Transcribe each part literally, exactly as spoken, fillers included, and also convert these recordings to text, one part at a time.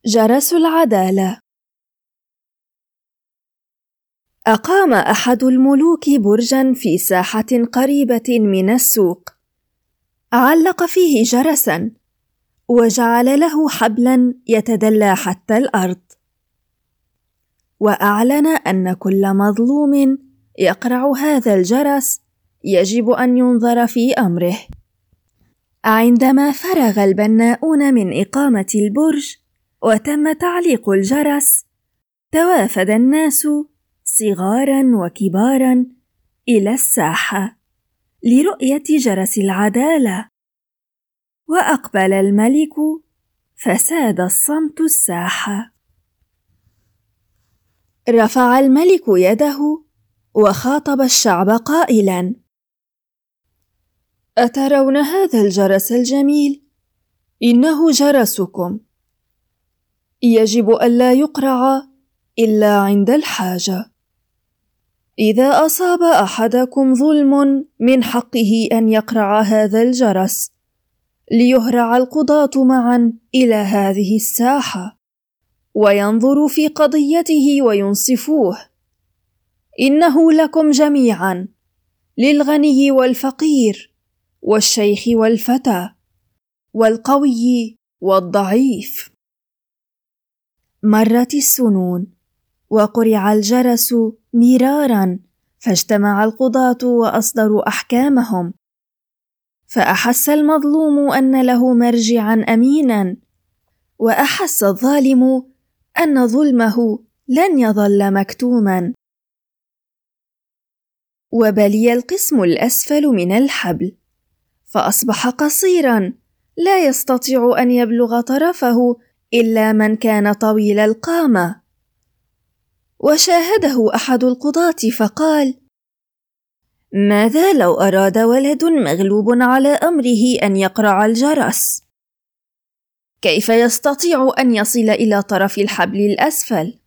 جرس العدالة. أقام أحد الملوك برجاً في ساحة قريبة من السوق، علق فيه جرساً، وجعل له حبلاً يتدلى حتى الأرض، وأعلن أن كل مظلوم يقرع هذا الجرس يجب أن ينظر في أمره. عندما فرغ البناؤون من إقامة البرج وتم تعليق الجرس، توافد الناس صغاراً وكباراً إلى الساحة لرؤية جرس العدالة، وأقبل الملك فساد الصمت الساحة. رفع الملك يده وخاطب الشعب قائلاً: أترون هذا الجرس الجميل؟ إنه جرسكم، يجب ألا يقرع إلا عند الحاجة. إذا أصاب أحدكم ظلم من حقه أن يقرع هذا الجرس ليهرع القضاة معا إلى هذه الساحة وينظروا في قضيته وينصفوه. إنه لكم جميعا، للغني والفقير والشيخ والفتى والقوي والضعيف. مرت السنون وقرع الجرس مرارا، فاجتمع القضاة وأصدروا أحكامهم، فأحس المظلوم أن له مرجعا أمينا، وأحس الظالم أن ظلمه لن يظل مكتوما. وبلي القسم الأسفل من الحبل، فأصبح قصيرا لا يستطيع أن يبلغ طرفه إلا من كان طويل القامة. وشاهده أحد القضاة فقال: ماذا لو أراد ولد مغلوب على أمره أن يقرع الجرس؟ كيف يستطيع أن يصل إلى طرف الحبل الأسفل؟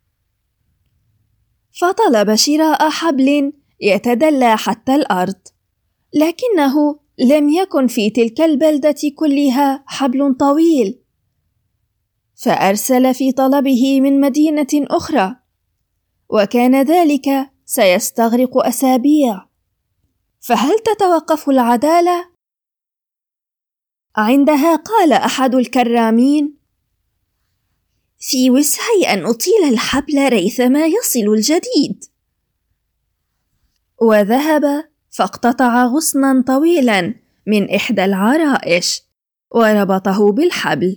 فطلب شراء حبل يتدلى حتى الأرض، لكنه لم يكن في تلك البلدة كلها حبل طويل، فأرسل في طلبه من مدينة أخرى، وكان ذلك سيستغرق أسابيع. فهل تتوقف العدالة؟ عندها قال أحد الكرامين: في وسعي أن أطيل الحبل ريثما يصل الجديد. وذهب فاقتطع غصنا طويلا من إحدى العرائش وربطه بالحبل.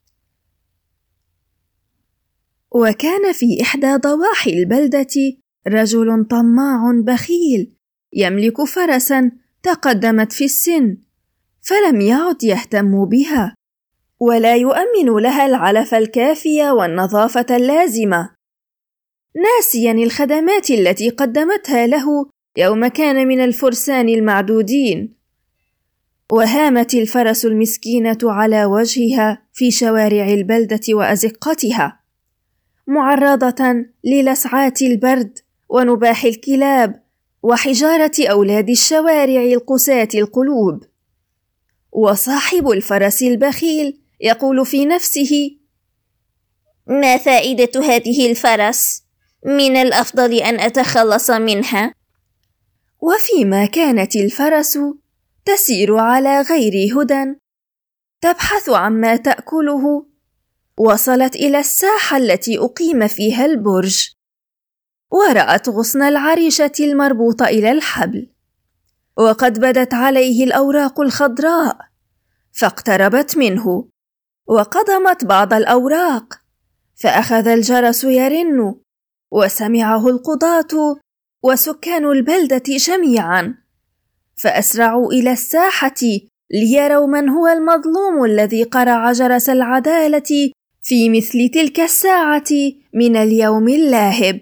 وكان في إحدى ضواحي البلدة رجل طماع بخيل يملك فرسا تقدمت في السن، فلم يعد يهتم بها ولا يؤمن لها العلف الكافي والنظافة اللازمة، ناسيا الخدمات التي قدمتها له يوم كان من الفرسان المعدودين. وهامت الفرس المسكينة على وجهها في شوارع البلدة وأزقتها، معرضة للسعات البرد ونباح الكلاب وحجارة أولاد الشوارع القساة القلوب. وصاحب الفرس البخيل يقول في نفسه: ما فائدة هذه الفرس؟ من الأفضل أن أتخلص منها. وفيما كانت الفرس تسير على غير هدى تبحث عما تأكله، وصلت إلى الساحة التي أقيم فيها البرج، ورأت غصن العريشة المربوط إلى الحبل، وقد بدت عليه الأوراق الخضراء، فاقتربت منه وقضمت بعض الأوراق، فأخذ الجرس يرن، وسمعه القضاة وسكان البلدة جميعا، فأسرعوا إلى الساحة ليروا من هو المظلوم الذي قرع جرس العدالة في مثل تلك الساعة من اليوم اللاهب.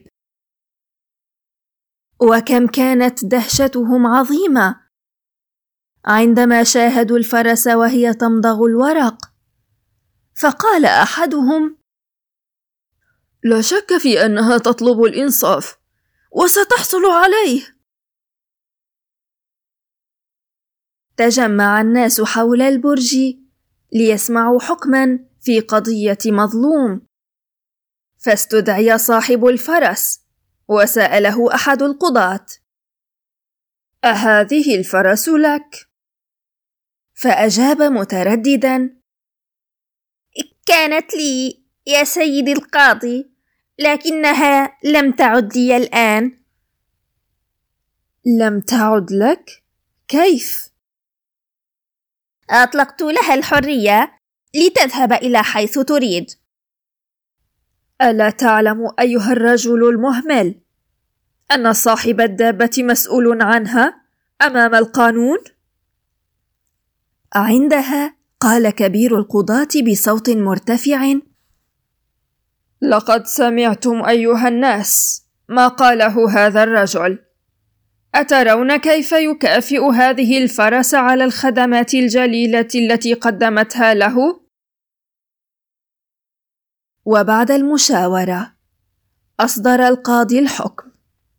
وكم كانت دهشتهم عظيمة عندما شاهدوا الفرس وهي تمضغ الورق، فقال أحدهم: لا شك في أنها تطلب الإنصاف، وستحصل عليه. تجمع الناس حول البرج ليسمعوا حكما في قضية مظلوم، فاستدعي صاحب الفرس وسأله أحد القضاة: أهذه الفرس لك؟ فأجاب مترددا: كانت لي يا سيدي القاضي، لكنها لم تعد لي الآن. لم تعد لك؟ كيف؟ أطلقت لها الحرية لتذهب إلى حيث تريد. ألا تعلم أيها الرجل المهمل أن صاحب الدابة مسؤول عنها أمام القانون؟ عندها قال كبير القضاة بصوت مرتفع: لقد سمعتم أيها الناس ما قاله هذا الرجل. أترون كيف يكافئ هذه الفرس على الخدمات الجليلة التي قدمتها له؟ وبعد المشاورة أصدر القاضي الحكم.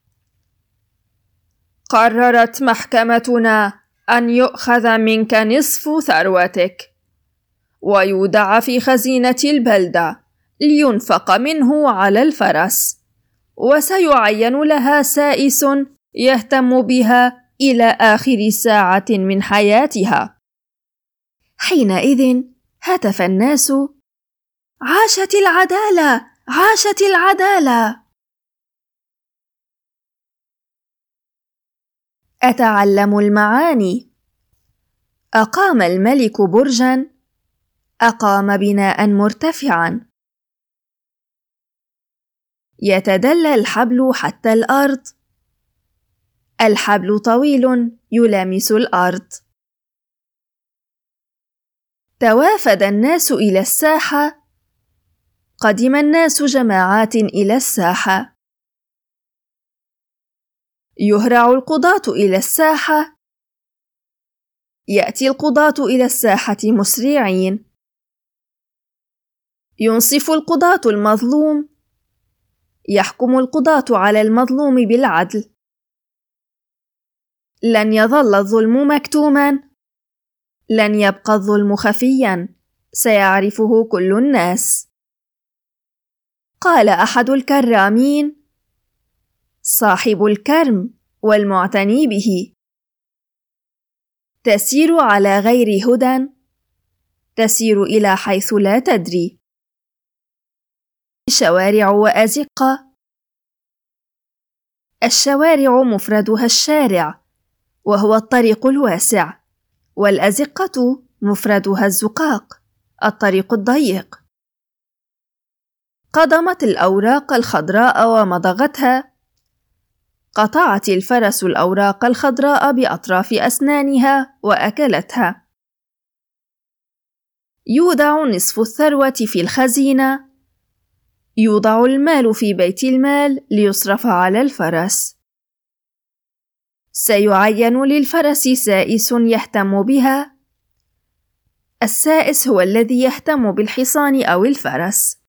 قررت محكمتنا أن يؤخذ منك نصف ثروتك ويودع في خزينة البلدة لينفق منه على الفرس، وسيعين لها سائس يهتم بها إلى آخر ساعة من حياتها. حينئذ هتف الناس: عاشت العدالة! عاشت العدالة! أتعلم المعاني. أقام الملك برجا، أقام بناء مرتفعا. يتدلى الحبل حتى الأرض، الحبل طويل يلامس الأرض. توافد الناس إلى الساحة، قدم الناس جماعات إلى الساحة. يهرع القضاة إلى الساحة، يأتي القضاة إلى الساحة مسرعين. ينصف القضاة المظلوم، يحكم القضاة على المظلوم بالعدل. لن يظل الظلم مكتوما، لن يبقى الظلم خفيا، سيعرفه كل الناس. قال أحد الكرامين: صاحب الكرم والمعتني به. تسير على غير هدى، تسير إلى حيث لا تدري. شوارع وأزقة. الشوارع مفردها الشارع وهو الطريق الواسع، والأزقة مفردها الزقاق الطريق الضيق. قضمت الأوراق الخضراء ومضغتها، قطعت الفرس الأوراق الخضراء بأطراف أسنانها وأكلتها. يودع نصف الثروة في الخزينة، يوضع المال في بيت المال ليصرف على الفرس. سيعين للفرس سائس يهتم بها. السائس هو الذي يهتم بالحصان أو الفرس.